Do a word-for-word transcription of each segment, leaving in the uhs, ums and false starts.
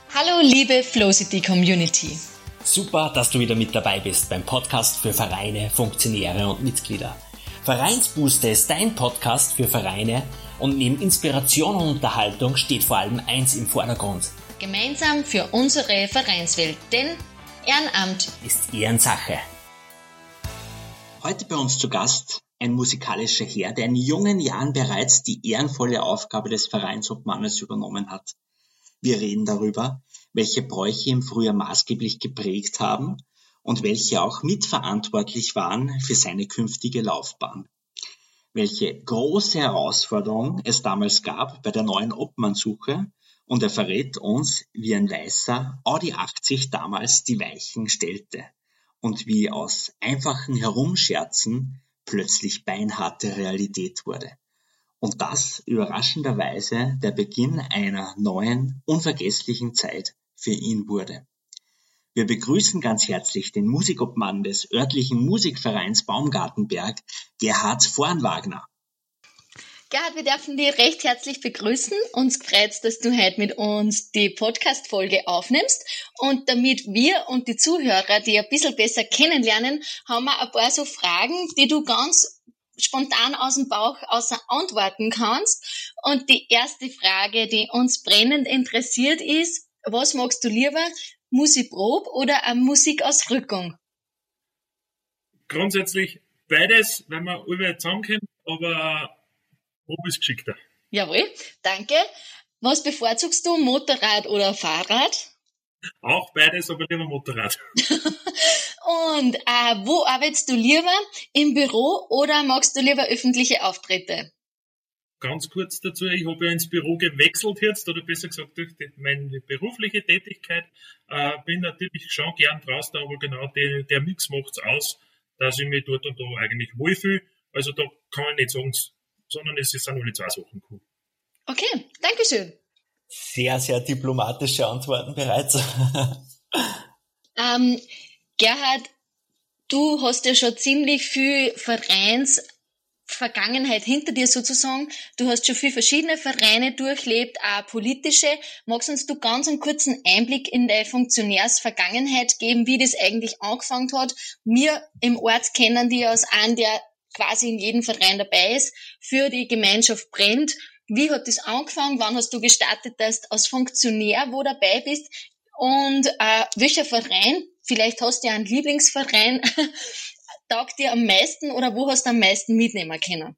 Hallo liebe Flowcity Community. Super, dass du wieder mit dabei bist beim Podcast für Vereine, Funktionäre und Mitglieder. Vereinsbooster ist dein Podcast für Vereine und neben Inspiration und Unterhaltung steht vor allem eins im Vordergrund. Gemeinsam für unsere Vereinswelt, denn Ehrenamt ist Ehrensache. Heute bei uns zu Gast ein musikalischer Herr, der in jungen Jahren bereits die ehrenvolle Aufgabe des Vereinsobmannes übernommen hat. Wir reden darüber, welche Bräuche ihn früher maßgeblich geprägt haben und welche auch mitverantwortlich waren für seine künftige Laufbahn. Welche große Herausforderung es damals gab bei der neuen Obmannsuche, und er verrät uns, wie ein weißer Audi achtzig damals die Weichen stellte und wie aus einfachen Herumscherzen plötzlich beinharte Realität wurde. Und das überraschenderweise der Beginn einer neuen, unvergesslichen Zeit für ihn wurde. Wir begrüßen ganz herzlich den Musikobmann des örtlichen Musikvereins Baumgartenberg, Gerhard Vornwagner. Gerhard, wir dürfen dich recht herzlich begrüßen. Uns freut es, dass du heute mit uns die Podcast-Folge aufnimmst. Und damit wir und die Zuhörer dich ein bisschen besser kennenlernen, haben wir ein paar so Fragen, die du ganz spontan aus dem Bauch außer antworten kannst. Und die erste Frage, die uns brennend interessiert, ist: Was magst du lieber, Musikprobe oder eine Musikausrückung? Grundsätzlich beides, wenn man über zusammenkommt, aber Probe ist geschickter. Jawohl, danke. Was bevorzugst du, Motorrad oder Fahrrad? Auch beides, aber lieber Motorrad. Und äh, wo arbeitest du lieber? Im Büro oder magst du lieber öffentliche Auftritte? Ganz kurz dazu, ich habe ja ins Büro gewechselt jetzt, oder besser gesagt durch die, meine berufliche Tätigkeit. Äh, bin natürlich schon gern draußen, aber genau die, der Mix macht's aus, dass ich mich dort und da eigentlich wohlfühle. Also da kann ich nicht sagen, sondern es sind nur die zwei Sachen cool. Okay, danke schön. Sehr, sehr diplomatische Antworten bereits. ähm, Gerhard, du hast ja schon ziemlich viel Vereinsvergangenheit hinter dir sozusagen. Du hast schon viele verschiedene Vereine durchlebt, auch politische. Magst uns du ganz einen kurzen Einblick in deine Funktionärsvergangenheit geben, wie das eigentlich angefangen hat? Wir im Ort kennen dich als einen, der quasi in jedem Verein dabei ist, für die Gemeinschaft brennt. Wie hat das angefangen? Wann hast du gestartet, dass du als Funktionär wo dabei bist? Und äh, welcher Verein, vielleicht hast du ja einen Lieblingsverein, taugt dir am meisten oder wo hast du am meisten mitnehmen können?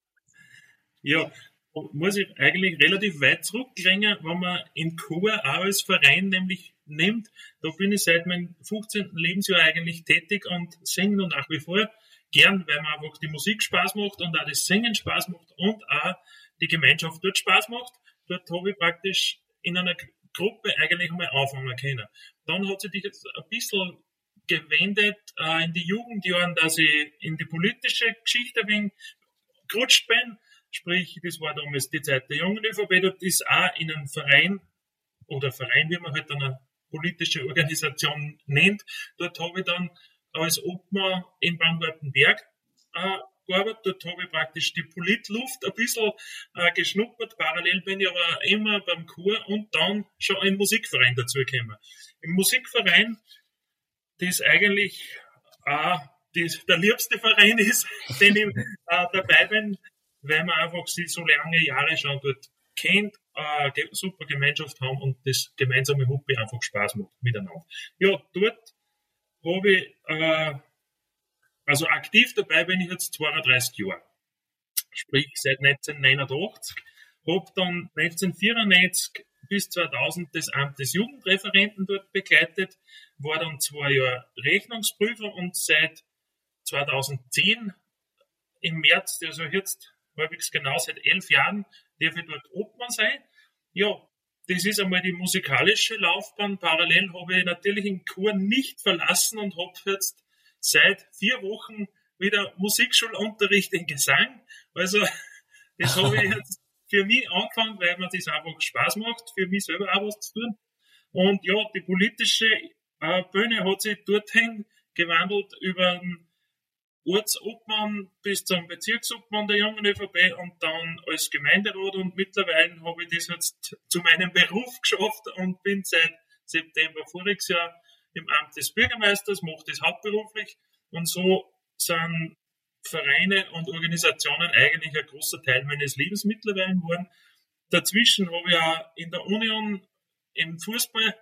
Ja, muss ich eigentlich relativ weit zurückgehen, wenn man in Chor auch als Verein nämlich nimmt. Da bin ich seit meinem fünfzehnten Lebensjahr eigentlich tätig und singe noch nach wie vor gern, weil mir einfach die Musik Spaß macht und auch das Singen Spaß macht und auch die Gemeinschaft dort Spaß macht. Dort habe ich praktisch in einer Gruppe eigentlich einmal anfangen können. Dann hat sich das jetzt ein bisschen gewendet äh, in die Jugendjahren, dass ich in die politische Geschichte ein wenig gerutscht bin. Sprich, das war damals die Zeit der jungen ÖVP. Dort ist auch in einem Verein oder Verein, wie man halt eine politische Organisation nennt. Dort habe ich dann als Obmann in Baumgartenberg äh, gearbeitet. Dort habe ich praktisch die Politluft ein bisschen äh, geschnuppert. Parallel bin ich aber immer beim Chor und dann schon im Musikverein dazugekommen. Im Musikverein, das eigentlich äh, das, der liebste Verein ist, den ich äh, dabei bin, weil man einfach sie so lange Jahre schon dort kennt, äh, super Gemeinschaft haben und das gemeinsame Hobby einfach Spaß macht miteinander. Ja, dort habe ich, äh, also aktiv dabei bin ich jetzt zweiunddreißig Jahre. Sprich seit neunzehnhundertneunundachtzig. Habe dann neunzehnhundertvierundneunzig bis zweitausend das Amt des Jugendreferenten dort begleitet, war dann zwei Jahre Rechnungsprüfer und seit zweitausendzehn im März, also jetzt halbwegs genau seit elf Jahren, darf ich dort Obmann sein. Ja, das ist einmal die musikalische Laufbahn. Parallel habe ich natürlich den Chor nicht verlassen und habe jetzt seit vier Wochen wieder Musikschulunterricht in Gesang. Also das habe ich jetzt für mich angefangen, weil mir das einfach Spaß macht, für mich selber auch was zu tun. Und ja, die politische äh, Bühne hat sich dorthin gewandelt über Ortsobmann bis zum Bezirksobmann der Jungen ÖVP und dann als Gemeinderat, und mittlerweile habe ich das jetzt zu meinem Beruf geschafft und bin seit September voriges Jahr im Amt des Bürgermeisters, mache das hauptberuflich, und so sind Vereine und Organisationen eigentlich ein großer Teil meines Lebens mittlerweile geworden. Dazwischen habe ich auch in der Union im Fußballverein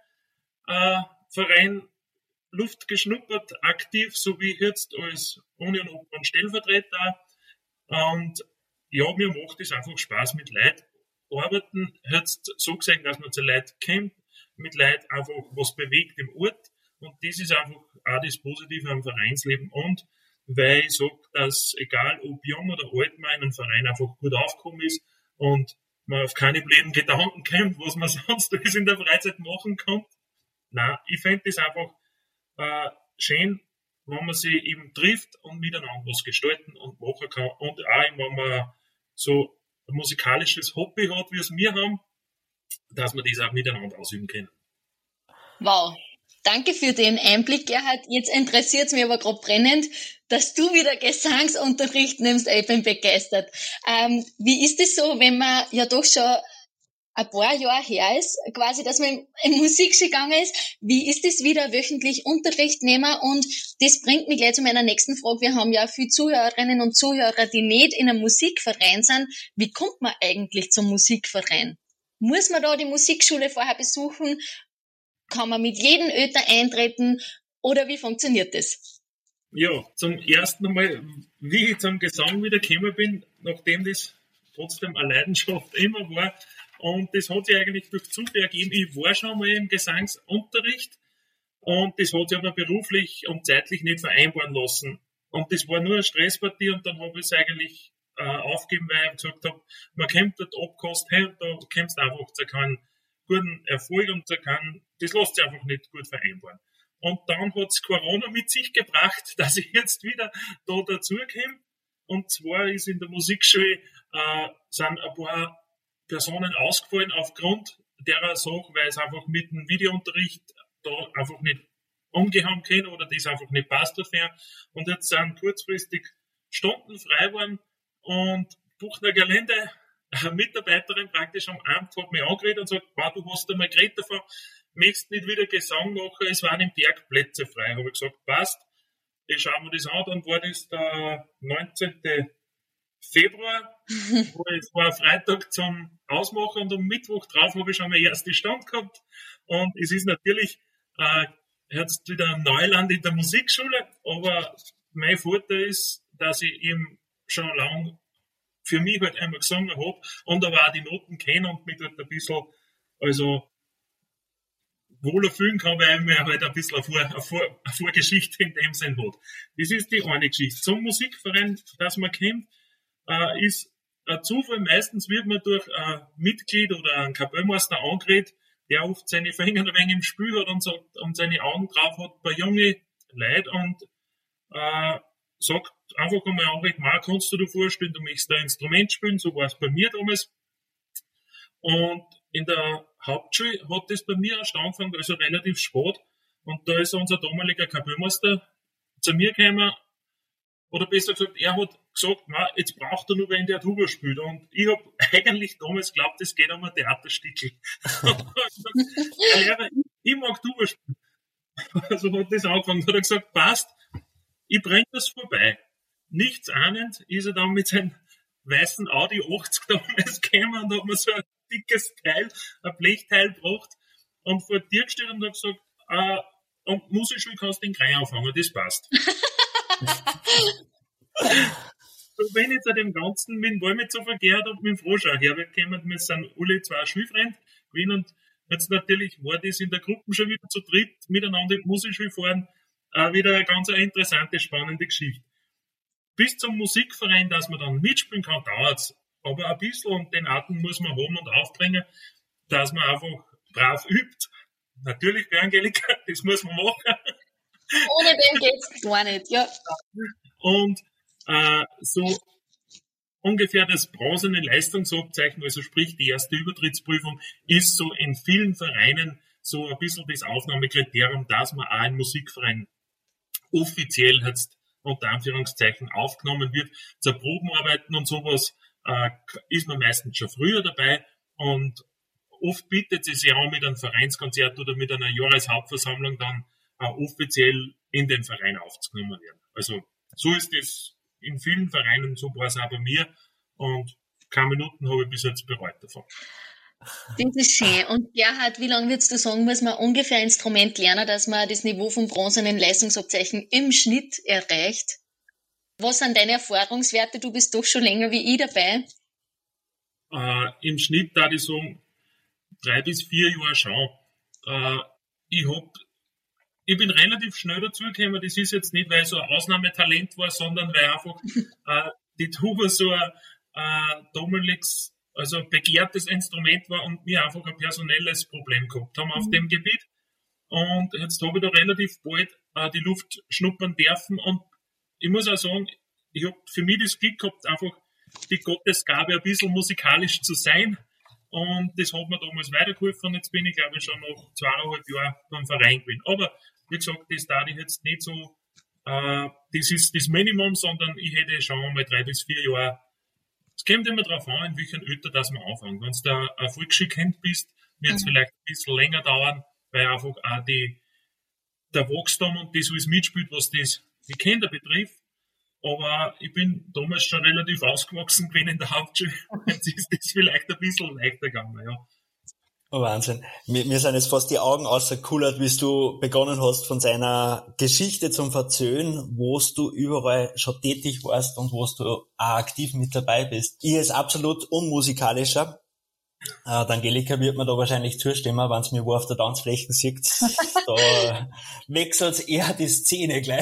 äh, Luft geschnuppert, aktiv, so wie jetzt als Union-Obmann Stellvertreter. Und ja, mir macht es einfach Spaß mit Leuten arbeiten. Jetzt so gesehen, dass man zu Leuten kennt, mit Leuten einfach was bewegt im Ort. Und das ist einfach auch das Positive am Vereinsleben. Und weil ich sage, dass egal ob jung oder alt, man in einem Verein einfach gut aufgekommen ist und man auf keine blöden Gedanken kommt, was man sonst alles in der Freizeit machen kann. Nein, ich fände das einfach äh, schön, wenn man sich eben trifft und miteinander was gestalten und machen kann. Und auch, wenn man so ein musikalisches Hobby hat, wie es wir haben, dass man das auch miteinander ausüben kann. Wow. Danke für den Einblick, Gerhard. Jetzt interessiert es mich aber gerade brennend, dass du wieder Gesangsunterricht nimmst. Ich bin begeistert. Ähm, wie ist es so, wenn man ja doch schon ein paar Jahre her ist, quasi, dass man in Musikschule gegangen ist? Wie ist es wieder wöchentlich Unterricht nehmen? Und das bringt mich gleich zu meiner nächsten Frage. Wir haben ja viele Zuhörerinnen und Zuhörer, die nicht in einem Musikverein sind. Wie kommt man eigentlich zum Musikverein? Muss man da die Musikschule vorher besuchen? Kann man mit jedem Öter eintreten oder wie funktioniert das? Ja, zum ersten Mal, wie ich zum Gesang wieder gekommen bin, nachdem das trotzdem eine Leidenschaft immer war, und das hat sich eigentlich durch Zufall ergeben. Ich war schon mal im Gesangsunterricht und das hat sich aber beruflich und zeitlich nicht vereinbaren lassen. Und das war nur eine Stresspartie, und dann habe ich es eigentlich äh, aufgegeben, weil ich gesagt habe, man kommt dort abgekostet, hey, und da kommst du einfach zu keinem guten Erfolg und zu keinem, das lässt sich einfach nicht gut vereinbaren. Und dann hat es Corona mit sich gebracht, dass ich jetzt wieder da dazukomme. Und zwar ist in der Musikschule äh, sind ein paar Personen ausgefallen aufgrund derer Sache, weil es einfach mit dem Videounterricht da einfach nicht umgehen können oder das einfach nicht passt dafür. Und jetzt sind kurzfristig Stunden frei geworden, und Buchner Gelände, eine Mitarbeiterin praktisch am Amt, hat mich angeredet und sagt, wow, du hast einmal geredet davon, möchtest nicht wieder Gesang machen, es waren im Berg Plätze frei. Habe ich gesagt, passt, ich schaue mir das an. Dann war das der neunzehnten Februar, wo es war Freitag zum Ausmachen, und am Mittwoch drauf habe ich schon meine erste Stunde gehabt. Und es ist natürlich äh, jetzt wieder ein Neuland in der Musikschule, aber mein Vorteil ist, dass ich eben schon lange für mich halt einmal gesungen habe und aber auch die Noten kenne und mich dort ein bisschen also wohler fühlen kann, weil mir halt ein bisschen eine, Vor, eine, Vor, eine Vorgeschichte in dem Sinn hat. Das ist die eine Geschichte. Zum Musikverein, das man kennt, äh, ist ein Zufall. Meistens wird man durch ein Mitglied oder einen Kapellmeister angeredet, der oft seine Finger ein wenig im Spiel hat und, so, und seine Augen drauf hat bei jungen Leuten und äh, sagt einfach einmal anredet, Marc, kannst du dir vorstellen, du möchtest ein Instrument spielen, so war es bei mir damals. Und in der Hauptschule hat das bei mir erst angefangen, also relativ spät. Und da ist unser damaliger Kapellmeister zu mir gekommen, oder besser gesagt, er hat gesagt, na, jetzt braucht er nur wen, der Tuba spielt. Und ich habe eigentlich damals geglaubt, es geht um ein Theaterstückchen. Der Lehrer, ich, ich mag Tuba spielen. Also hat das angefangen, hat er gesagt, passt, ich bringe das vorbei. Nichts ahnend ist er dann mit seinem weißen Audi achtzig damals gekommen und hat mir so ein dickes Teil, ein Blechteil gebracht und vor dir gestellt und hat gesagt, äh, und Musikschule kannst du den Kreis anfangen, das passt. So, wenn jetzt an dem Ganzen mit dem Walmit so verkehrt und mit dem Froschau hergekommen, wir sind alle zwei Schulfreunde gewesen, und jetzt natürlich war das in der Gruppe schon wieder zu dritt miteinander in die Musikschule fahren, äh, wieder eine ganz interessante, spannende Geschichte. Bis zum Musikverein, dass man dann mitspielen kann, dauert's. Aber ein bisschen, und den Atem muss man haben und aufbringen, dass man einfach brav übt. Natürlich, Angelika, das muss man machen. Ohne den geht's gar nicht, ja. Und äh, so ungefähr das bronzene Leistungsabzeichen, also sprich die erste Übertrittsprüfung, ist so in vielen Vereinen so ein bisschen das Aufnahmekriterium, dass man auch einen Musikverein offiziell jetzt unter Anführungszeichen aufgenommen wird. Zur Probenarbeiten und sowas äh, ist man meistens schon früher dabei und oft bietet es sich auch mit einem Vereinskonzert oder mit einer Jahreshauptversammlung dann auch offiziell in den Verein aufgenommen werden. Also so ist es in vielen Vereinen, so war es auch bei mir und keine Minuten habe ich bis jetzt bereut davon. Das ist schön. Und Gerhard, wie lange würdest du sagen, muss man ungefähr ein Instrument lernen, dass man das Niveau vom bronzenen Leistungsabzeichen im Schnitt erreicht? Was sind deine Erfahrungswerte? Du bist doch schon länger wie ich dabei. Äh, Im Schnitt da ich sagen, drei bis vier Jahre schon. Äh, ich hab, ich bin relativ schnell dazugekommen. Das ist jetzt nicht, weil ich so ein Ausnahmetalent war, sondern weil einfach äh, die Tuba so ein äh, damaliges, also begehrtes Instrument war und wir einfach ein personelles Problem gehabt haben auf dem Gebiet. Und jetzt habe ich da relativ bald äh, die Luft schnuppern dürfen und ich muss auch sagen, ich habe für mich das Glück gehabt, einfach die Gottesgabe ein bisschen musikalisch zu sein und das hat mir damals weitergeholfen und jetzt bin ich glaube ich schon nach zweieinhalb Jahren beim Verein gewesen. Aber wie gesagt, das darf ich jetzt nicht so, äh, das ist das Minimum, sondern ich hätte schon mal drei bis vier Jahre. Es kommt immer darauf an, in welchem Alter dass man anfängt. Wenn du da ein Volksschulkind bist, wird es mhm. vielleicht ein bisschen länger dauern, weil einfach auch die, der Wachstum und das alles mitspielt, was das, die Kinder betrifft. Aber ich bin damals schon relativ ausgewachsen gewesen in der Hauptschule. Jetzt ist das vielleicht ein bisschen leichter gegangen, ja. Oh, Wahnsinn. Mir, mir sind jetzt fast die Augen ausgekullert, wie du begonnen hast von seiner Geschichte zum Verzöhnen, wo du überall schon tätig warst und wo du auch aktiv mit dabei bist. Ich ist absolut unmusikalischer. Äh, die Angelika wird mir da wahrscheinlich zustimmen, wenn sie mich wo auf der Tanzfläche sieht. Da wechselt eher die Szene gleich.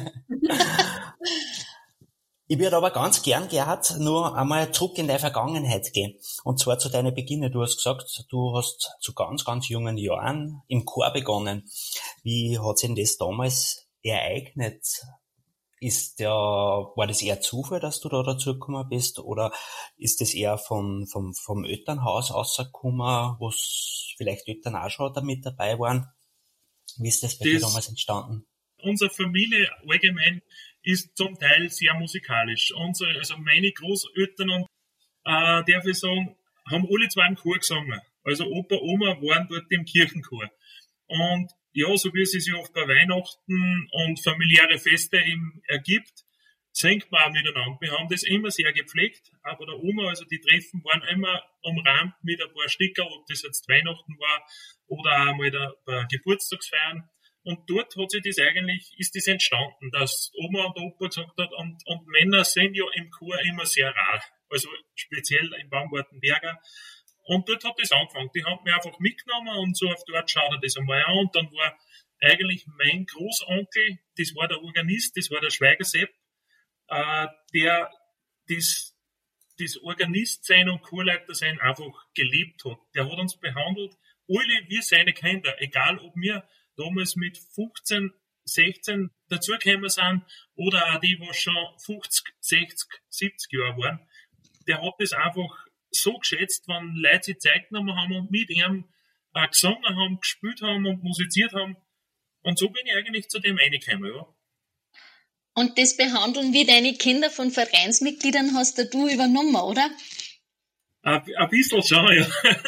Ich würde aber ganz gern, Gerhard, nur einmal zurück in deine Vergangenheit gehen. Und zwar zu deinen Beginnen. Du hast gesagt, du hast zu ganz, ganz jungen Jahren im Chor begonnen. Wie hat sich denn das damals ereignet? Ist der, war das eher Zufall, dass du da dazu gekommen bist? Oder ist das eher vom, vom, vom Elternhaus rausgekommen, wo vielleicht Eltern auch schon damit dabei waren? Wie ist das bei dir damals entstanden? Unsere Familie allgemein ist zum Teil sehr musikalisch. Unsere, also meine Großeltern und äh, darf ich sagen, haben alle zwei im Chor gesungen. Also Opa, Oma waren dort im Kirchenchor. Und ja, so wie es sich oft bei Weihnachten und familiäre Feste eben ergibt, singt man auch miteinander. Wir haben das immer sehr gepflegt, aber der Oma, also die Treffen waren immer umrahmt mit ein paar Sticker, ob das jetzt Weihnachten war oder auch mal der, der Geburtstagsfeiern. Und dort hat sich das eigentlich, ist das entstanden, dass Oma und Opa gesagt hat, und, und Männer sind ja im Chor immer sehr rar. Also speziell im Baumgartenberger. Und dort hat das angefangen. Die haben mich einfach mitgenommen und so auf dort schaut er das einmal an. Und dann war eigentlich mein Großonkel, das war der Organist, das war der Schweigersepp, äh, der das, das Organistsein und Chorleitersein einfach gelebt hat. Der hat uns behandelt, alle wir seine Kinder, egal ob wir damals mit fünfzehn, sechzehn dazugekommen sind oder auch die, die schon fünfzig, sechzig, siebzig Jahre waren. Der hat das einfach so geschätzt, wenn Leute sich Zeit genommen haben und mit ihm äh, gesungen haben, gespielt haben und musiziert haben. Und so bin ich eigentlich zu dem reingekommen, ja. Und das Behandeln wie deine Kinder von Vereinsmitgliedern hast du übernommen, oder? Ein, ein bisschen schon, ja.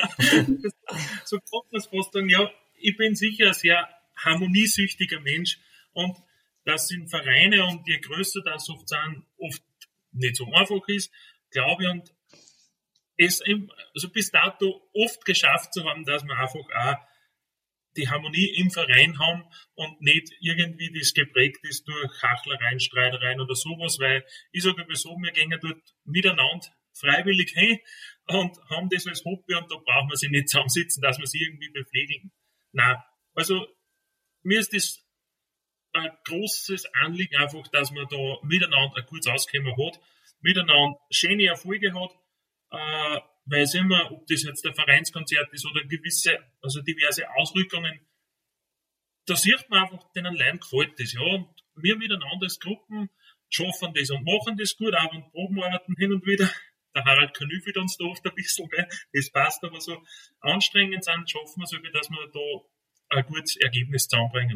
So kommt man es fast sagen, ja. Ich bin sicher ein sehr harmoniesüchtiger Mensch und das sind Vereine und je größer das oft sind, oft nicht so einfach ist, glaube ich, und es also bis dato oft geschafft zu haben, dass wir einfach auch die Harmonie im Verein haben und nicht irgendwie das geprägt ist durch Hachlereien, Streitereien oder sowas, weil ich sage immer so, wir gehen dort miteinander freiwillig hin und haben das als Hobby und da brauchen wir sich nicht zusammensitzen, dass wir sie irgendwie beflegeln. Nein, also mir ist das ein großes Anliegen einfach, dass man da miteinander ein gutes Auskommen hat, miteinander schöne Erfolge hat, äh, weil es immer, ob das jetzt ein Vereinskonzert ist oder gewisse, also diverse Ausrückungen, da sieht man einfach, den Leuten gefällt das, ja, und wir miteinander als Gruppen schaffen das und machen das gut, auch und Probenarbeiten hin und wieder. Der Harald Kanüfelt uns da oft ein bisschen, gell? Das passt, aber so anstrengend sind, schaffen wir so, dass wir da ein gutes Ergebnis zusammenbringen.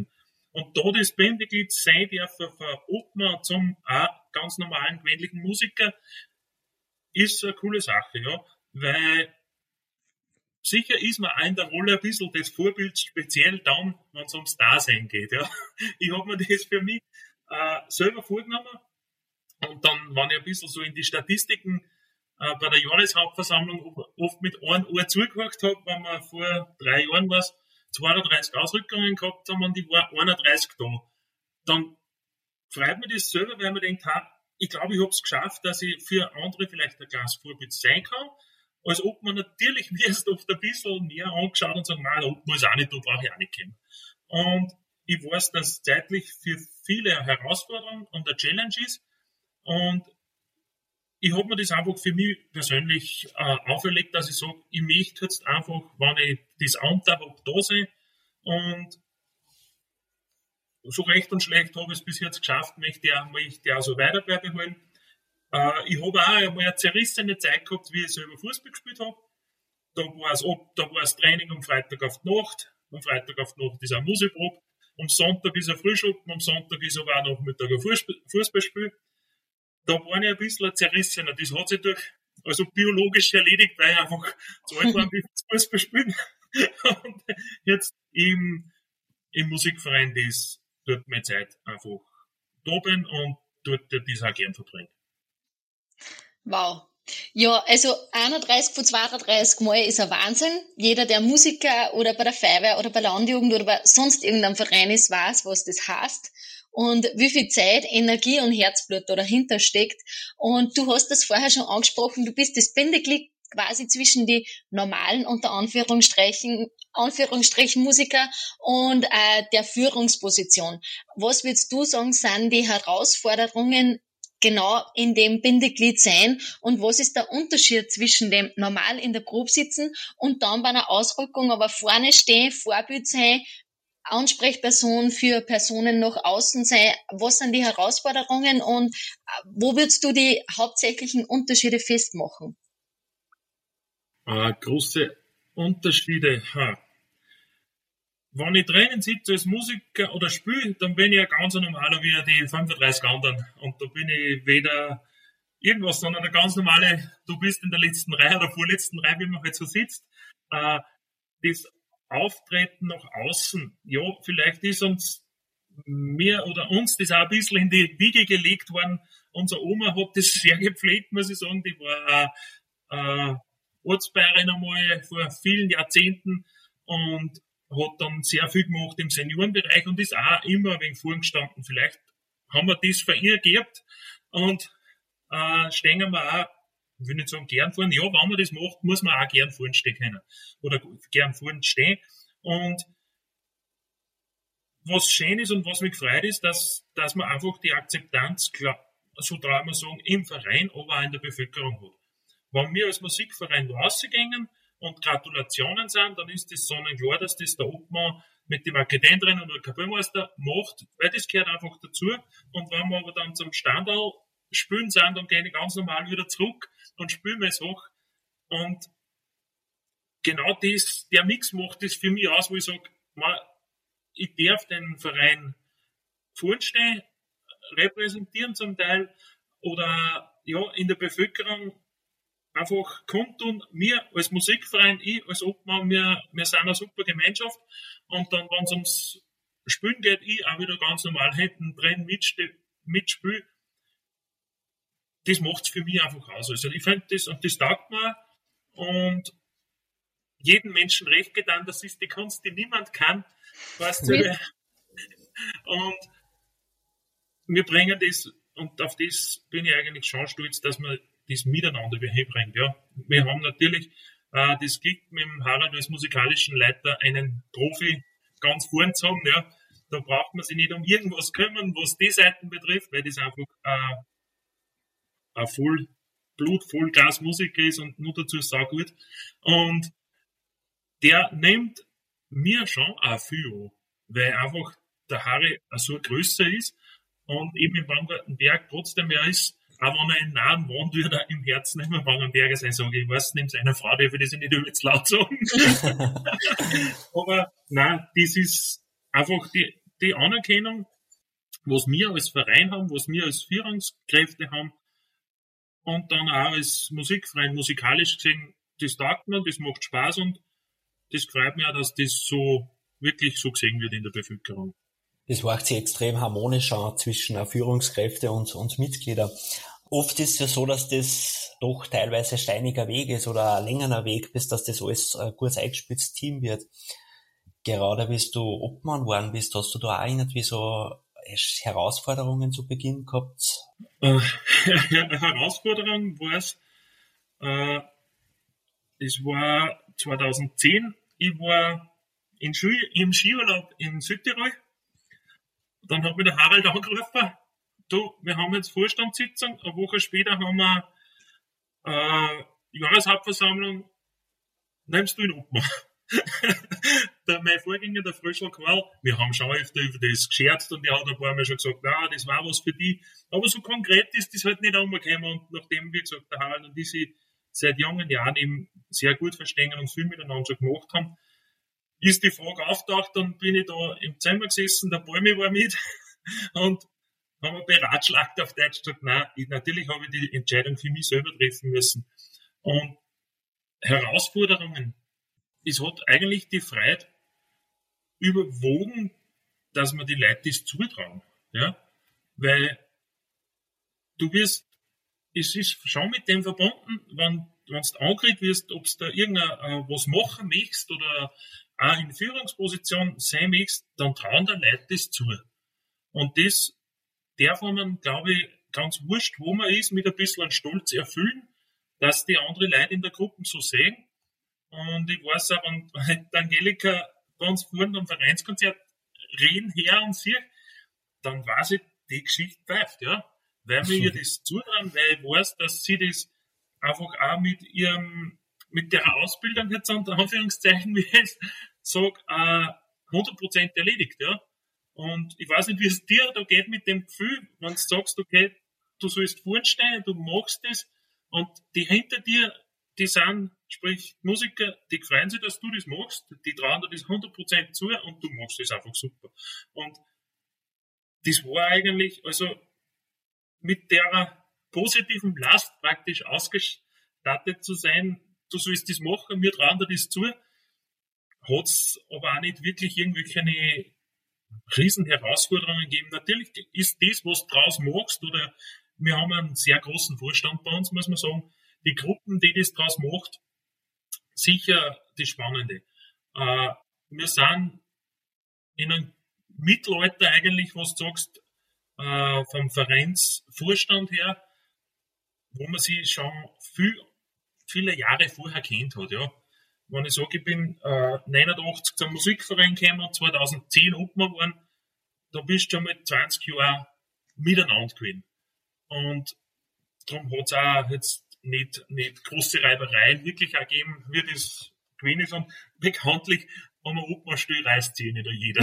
Und da das Bindeglied sein dürfen von Obmann zum auch ganz normalen, gewöhnlichen Musiker, ist eine coole Sache, ja. Weil sicher ist man auch in der Rolle ein bisschen das Vorbild, speziell dann, wenn es ums Dasein geht, ja. Ich habe mir das für mich äh, selber vorgenommen. Und dann, wenn ich ein bisschen so in die Statistiken äh, bei der Jahreshauptversammlung oft mit einem Ohr zugehört habe, wenn wir vor drei Jahren was zweiunddreißig Ausrückungen gehabt haben und die war einunddreißig da. Dann freut mich das selber, weil man denkt, ha, ich glaube, ich habe es geschafft, dass ich für andere vielleicht ein kleines Vorbild sein kann. Als ob man natürlich erst oft ein bisschen mehr angeschaut und sagt, nein, da oben ist auch nicht, da brauche ich auch nicht kommen. Und ich weiß, dass es zeitlich für viele eine Herausforderung und eine Challenge ist. Und ich habe mir das einfach für mich persönlich äh, auferlegt, dass ich sage, ich möchte jetzt einfach, wenn ich das Amt habe, da sein. Und so recht und schlecht habe ich es bis jetzt geschafft, möchte ich auch, möchte ich auch so weiter beibehalten. Äh, ich habe auch einmal eine zerrissene Zeit gehabt, wie ich selber Fußball gespielt habe. Da war es, da war es Training am Freitag auf die Nacht. Am Freitag auf die Nacht ist eine Musikprobe. Am Sonntag ist ein Frühschoppen. Am Sonntag ist aber auch Nachmittag ein Fußballspiel. Da war ich ein bisschen zerrissener. Das hat sich durch, also biologisch erledigt, weil ich einfach zu alt war, wie Fußball spielen. Und jetzt im, im Musikverein, das dort meine Zeit einfach da bin und dort das auch gern verbringe. Wow. Ja, also einunddreißig von zweiunddreißig Mal ist ein Wahnsinn. Jeder, der Musiker oder bei der Feuerwehr oder bei Landjugend oder bei sonst irgendeinem Verein ist, weiß, was das heißt. Und wie viel Zeit, Energie und Herzblut da dahinter steckt. Und du hast das vorher schon angesprochen, du bist das Bindeglied quasi zwischen die normalen, unter Anführungsstrichen, Anführungsstrichen Musiker und äh, der Führungsposition. Was würdest du sagen, sind die Herausforderungen genau in dem Bindeglied sein und was ist der Unterschied zwischen dem normal in der Probe sitzen und dann bei einer Ausrückung aber vorne stehen, Vorbild sein, Ansprechperson für Personen nach außen sein? Was sind die Herausforderungen und wo würdest du die hauptsächlichen Unterschiede festmachen? Äh, große Unterschiede. Ha. Wenn ich drinnen sitze als Musiker oder spiele, dann bin ich ja ganz normaler wie die fünfunddreißig anderen. Und da bin ich weder irgendwas, sondern eine ganz normale, du bist in der letzten Reihe oder vorletzten Reihe, wie man halt so sitzt. Äh, das Auftreten nach außen, ja, vielleicht ist uns mir oder uns das auch ein bisschen in die Wiege gelegt worden. Unsere Oma hat das sehr gepflegt, muss ich sagen. Die war äh, äh, Ortsbayerin einmal vor vielen Jahrzehnten und hat dann sehr viel gemacht im Seniorenbereich und ist auch immer ein wenig vorgestanden. Vielleicht haben wir das von ihr gehabt und äh, stehen wir auch, ich will nicht sagen gern vorn, ja, wenn man das macht, muss man auch gern vorn stehen können oder gern vorn stehen. Und was schön ist und was mich freut ist, dass, dass man einfach die Akzeptanz, klar, so darf man sagen, im Verein, aber auch in der Bevölkerung hat. Wenn wir als Musikverein rausgehen und Gratulationen sind, dann ist das sonnenklar, dass das der Obmann mit dem Akademietrainer oder Kapellmeister macht, weil das gehört einfach dazu. Und wenn wir aber dann zum Standal spielen sind, dann gehen die ganz normal wieder zurück und spielen wir es hoch. Und genau das, der Mix macht das für mich aus, wo ich sage, man, ich darf den Verein vorstehen, repräsentieren zum Teil oder ja, in der Bevölkerung einfach kundtun, wir als Musikverein, ich als Obmann, wir, wir sind eine super Gemeinschaft und dann, wenn es ums Spielen geht, ich auch wieder ganz normal hinten drin mitspiele. Das macht es für mich einfach aus. Also ich finde das, und das taugt mir und jedem Menschen recht getan, das ist die Kunst, die niemand kann. Weißt du? Ja. Und wir bringen das, und auf das bin ich eigentlich schon stolz, dass wir das miteinander hinbringen. Ja. Wir haben natürlich äh, das Glück mit dem Harald als musikalischen Leiter einen Profi ganz vorn zu haben. Ja. Da braucht man sich nicht um irgendwas kümmern, was die Seiten betrifft, weil das einfach äh, ein voll Blut, voll Gas Musiker ist und nur dazu sau gut. Und der nimmt mir schon auch viel an, weil einfach der Harry so größer ist und eben im Baumgartenberg trotzdem er ist, auch wenn er in nahen wohnt, würde er im Herzen immer Baumgartenberger sein, sage ich, ich weiß, nimmt seiner Frau, darf ich das nicht übelst laut sagen. Aber nein, das ist einfach, die, die Anerkennung, was wir als Verein haben, was wir als Führungskräfte haben und dann auch als Musikverein musikalisch gesehen, das taugt mir, das macht Spaß und das freut mich auch, dass das so wirklich so gesehen wird in der Bevölkerung. Das macht sich extrem harmonisch an zwischen Führungskräfte und, und Mitglieder. Oft ist es ja so, dass das doch teilweise ein steiniger Weg ist oder ein längerer Weg, bis dass das alles ein gut eingespieltes Team wird. Gerade bis du Obmann geworden bist, hast du da auch irgendwie so Herausforderungen zu Beginn gehabt? Äh, eine Herausforderung war es, äh, es war zweitausendzehn, ich war in Ski, im Skiurlaub in Südtirol, dann hat mich der Harald angerufen, du, wir haben jetzt Vorstandssitzung, eine Woche später haben wir äh, Jahreshauptversammlung, nimmst du ihn Obmann? der, mein Vorgänger, der Fröschel Qual, wir haben schon öfter über das gescherzt und er hat ein paar Mal schon gesagt, na, das war was für die. Aber so konkret ist das halt nicht angekommen und nachdem, wie gesagt, der Harald und ich sie seit jungen Jahren eben sehr gut verstehen und viel miteinander schon gemacht haben, ist die Frage auftaucht, dann bin ich da im Zimmer gesessen, der Bäume war mit und haben wir beratschlagt auf Deutsch gesagt, nein, ich, natürlich habe ich die Entscheidung für mich selber treffen müssen. Und Herausforderungen, es hat eigentlich die Freude überwogen, dass man die Leute das zutrauen. Ja? Weil du wirst, es ist schon mit dem verbunden, wenn, wenn du angeredet wirst, ob du da irgendwas äh, was machen möchtest oder auch in Führungsposition sein möchtest, dann trauen die Leute das zu. Und das darf man, glaube ich, ganz wurscht, wo man ist, mit ein bisschen Stolz erfüllen, dass die anderen Leute in der Gruppe so sehen. Und ich weiß auch, wenn die Angelika bei uns vorne am Vereinskonzert reden her und sie, dann weiß ich, die Geschichte pfeift, ja. Weil mir ihr das zutrauen, weil ich weiß, dass sie das einfach auch mit ihrem, mit der Ausbildung jetzt unter Anführungszeichen, wie ich es sage, äh, hundert Prozent erledigt, ja. Und ich weiß nicht, wie es dir da geht mit dem Gefühl, wenn du sagst, okay, du sollst vorne stehen, du machst das und die hinter dir, die sind, sprich Musiker, die freuen sich, dass du das machst, die trauen dir das hundert Prozent zu und du machst das einfach super. Und das war eigentlich, also mit der positiven Last praktisch ausgestattet zu sein, du sollst das machen, wir trauen dir das zu, hat es aber auch nicht wirklich irgendwelche riesen Herausforderungen gegeben. Natürlich ist das, was du draus machst, oder wir haben einen sehr großen Vorstand bei uns, muss man sagen, die Gruppen, die das draus macht, sicher das Spannende. Äh, wir sind in einem Mittelalter eigentlich, was du sagst, äh, vom Vereinsvorstand her, wo man sich schon viel, viele Jahre vorher kennt hat, ja. Wenn ich sage, ich bin äh, neunundachtzig zum Musikverein gekommen, zweitausendzehn Obmann geworden, da bist du schon mit zwanzig Jahren miteinander gewesen. Und darum hat es auch jetzt nicht, nicht große Reibereien wirklich auch gegeben, wie das gewesen ist. Und bekanntlich, wenn man Obmann still reißt sich nicht jeder.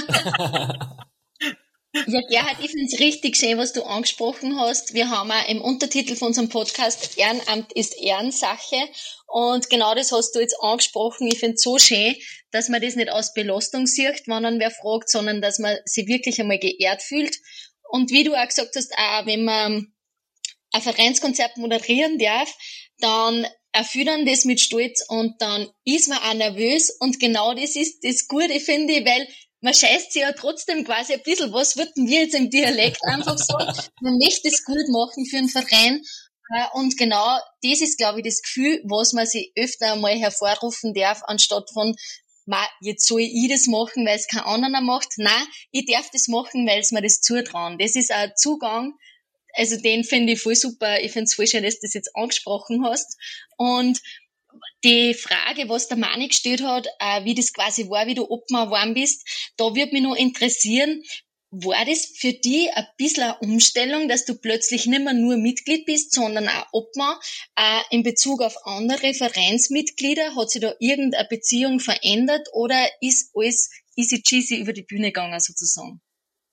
Ja, Gerhard, ich finde es richtig schön, was du angesprochen hast. Wir haben auch im Untertitel von unserem Podcast Ehrenamt ist Ehrensache. Und genau das hast du jetzt angesprochen. Ich finde es so schön, dass man das nicht aus Belastung sieht, wenn man wer fragt, sondern dass man sich wirklich einmal geehrt fühlt. Und wie du auch gesagt hast, auch wenn man ein Vereinskonzert moderieren darf, dann erfüllt man das mit Stolz und dann ist man auch nervös. Und genau das ist das Gute, finde ich, weil man scheißt sich ja trotzdem quasi ein bisschen, was würden wir jetzt im Dialekt einfach sagen, man möchte es gut machen für einen Verein. Und genau das ist, glaube ich, das Gefühl, was man sich öfter einmal hervorrufen darf, anstatt von, jetzt soll ich das machen, weil es kein anderer macht. Nein, ich darf das machen, weil es mir das zutrauen. Das ist ein Zugang, also den finde ich voll super. Ich finde es voll schön, dass du das jetzt angesprochen hast. Und die Frage, was der Mani gestellt hat, äh, wie das quasi war, wie du Obmann geworden bist, da würde mich noch interessieren, war das für dich ein bisschen eine Umstellung, dass du plötzlich nicht mehr nur Mitglied bist, sondern auch Obmann, äh, in Bezug auf andere Vereinsmitglieder? Hat sich da irgendeine Beziehung verändert oder ist alles easy cheesy über die Bühne gegangen sozusagen?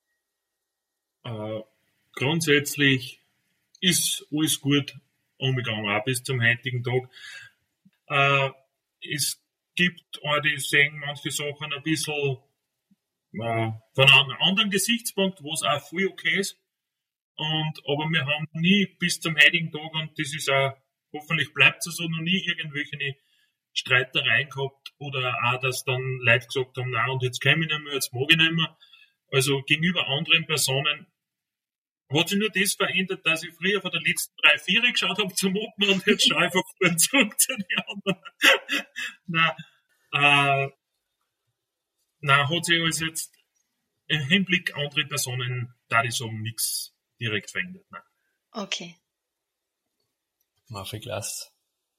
Äh, grundsätzlich ist alles gut umgegangen, auch bis zum heutigen Tag. Äh, es gibt auch, die sehen manche Sachen ein bisschen äh, von einem anderen Gesichtspunkt, wo es auch voll okay ist. Und, aber wir haben nie bis zum heutigen Tag, und das ist auch, hoffentlich bleibt es so, noch nie irgendwelche Streitereien gehabt oder auch, dass dann Leute gesagt haben, na und jetzt käme ich nicht mehr, jetzt mag ich nicht mehr. Also gegenüber anderen Personen hat sich nur das verändert, dass ich früher von der letzten drei, vier geschaut habe zum Open und jetzt schaue ich einfach vorhin zurück zu den anderen. Nein, äh, nein, hat sich also jetzt im Hinblick andere Personen, da ich sagen, nichts direkt verändert. Nein. Okay. Na, viel klasse.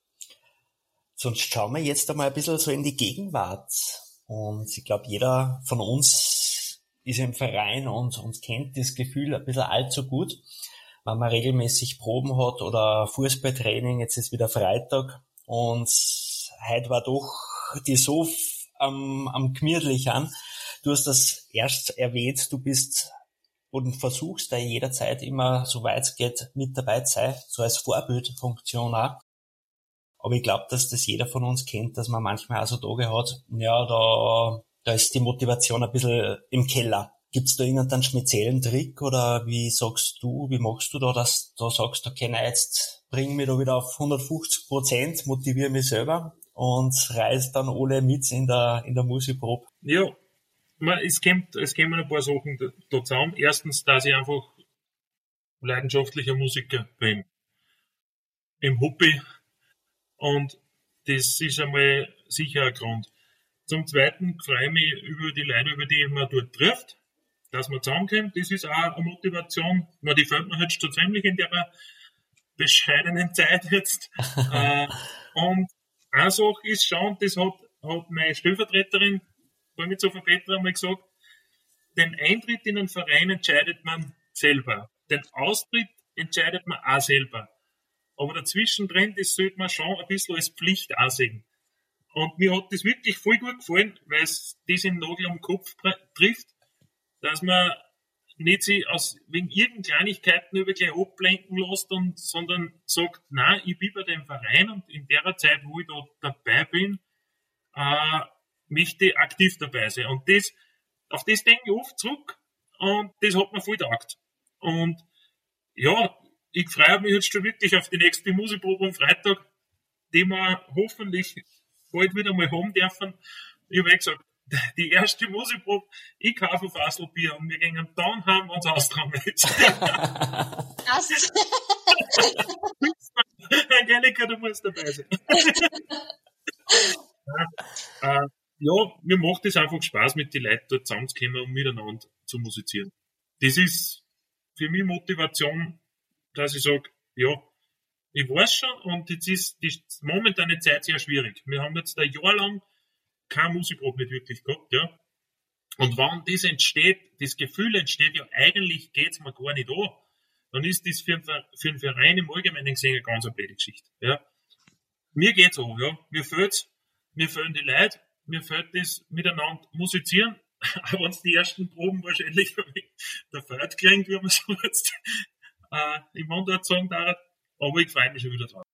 Sonst schauen wir jetzt einmal ein bisschen so in die Gegenwart. Und ich glaube, jeder von uns ist im Verein und, und kennt das Gefühl ein bisschen allzu gut, wenn man regelmäßig Proben hat oder Fußballtraining. Jetzt ist wieder Freitag und heute war doch die so am, am gemütlich an. Du hast das erst erwähnt, du bist und versuchst da jederzeit immer, soweit es geht, mit dabei zu sein, so als Vorbildfunktion auch. Aber ich glaube, dass das jeder von uns kennt, dass man manchmal auch so Tage hat, ja, da, da ist die Motivation ein bisschen im Keller. Gibt's da irgendeinen speziellen Trick oder wie sagst du, wie machst du da, dass du da sagst, okay, na, jetzt bring mich da wieder auf hundertfünfzig Prozent, motiviere mich selber und reiß dann alle mit in der, in der Musikprobe? Ja, es kommt, es kommen ein paar Sachen da, da zusammen. Erstens, dass ich einfach leidenschaftlicher Musiker bin. Im Hobby. Und das ist einmal sicher ein Grund. Zum Zweiten freue ich mich über die Leute, über die man dort trifft, dass man zusammenkommt. Das ist auch eine Motivation. Na, die fällt mir jetzt so ziemlich in der bescheidenen Zeit jetzt. äh, und eine Sache ist schon, das hat, hat meine Stellvertreterin, Vormitzhofer Petra, einmal gesagt, den Eintritt in einen Verein entscheidet man selber. Den Austritt entscheidet man auch selber. Aber dazwischen drin, das sollte man schon ein bisschen als Pflicht ansehen. Und mir hat das wirklich voll gut gefallen, weil es das im Nagel am Kopf trifft, dass man nicht sich aus, wegen irgendeinen Kleinigkeiten über gleich ablenken lässt, und, sondern sagt, nein, ich bin bei dem Verein und in der Zeit, wo ich da dabei bin, äh, möchte ich aktiv dabei sein. Und das, auf das denke ich oft zurück und das hat mir voll getaugt. Und ja, ich freue mich jetzt schon wirklich auf die nächste Musikprobe am Freitag, die wir hoffentlich bald wieder mal haben dürfen. Ich habe ja gesagt, die erste Musikprobe, ich kaufe ein Fassel Bier und wir gehen dann heim, wenn es austragen ist. Das ist Angelika, du musst dabei sein. ja, äh, ja, mir macht es einfach Spaß, mit den Leuten dort zusammenzukommen und miteinander zu musizieren. Das ist für mich Motivation, dass ich sage, ja, ich weiß schon, und jetzt ist die momentane Zeit sehr schwierig. Wir haben jetzt ein Jahr lang keine Musikprobe nicht wirklich gehabt, ja. Und wenn das entsteht, das Gefühl entsteht, ja, eigentlich geht's mir gar nicht an, dann ist das für einen, für einen Verein im Allgemeinen gesehen eine ganz blöde Geschichte, ja. Mir geht's an, ja. Mir fehlt's, mir fehlen die Leute, mir fehlt das miteinander musizieren, aber wenn es die ersten Proben wahrscheinlich der Fahrt klingt, wie man so jetzt äh, im Mundart sagen darf, aber ich freue mich schon wieder drauf.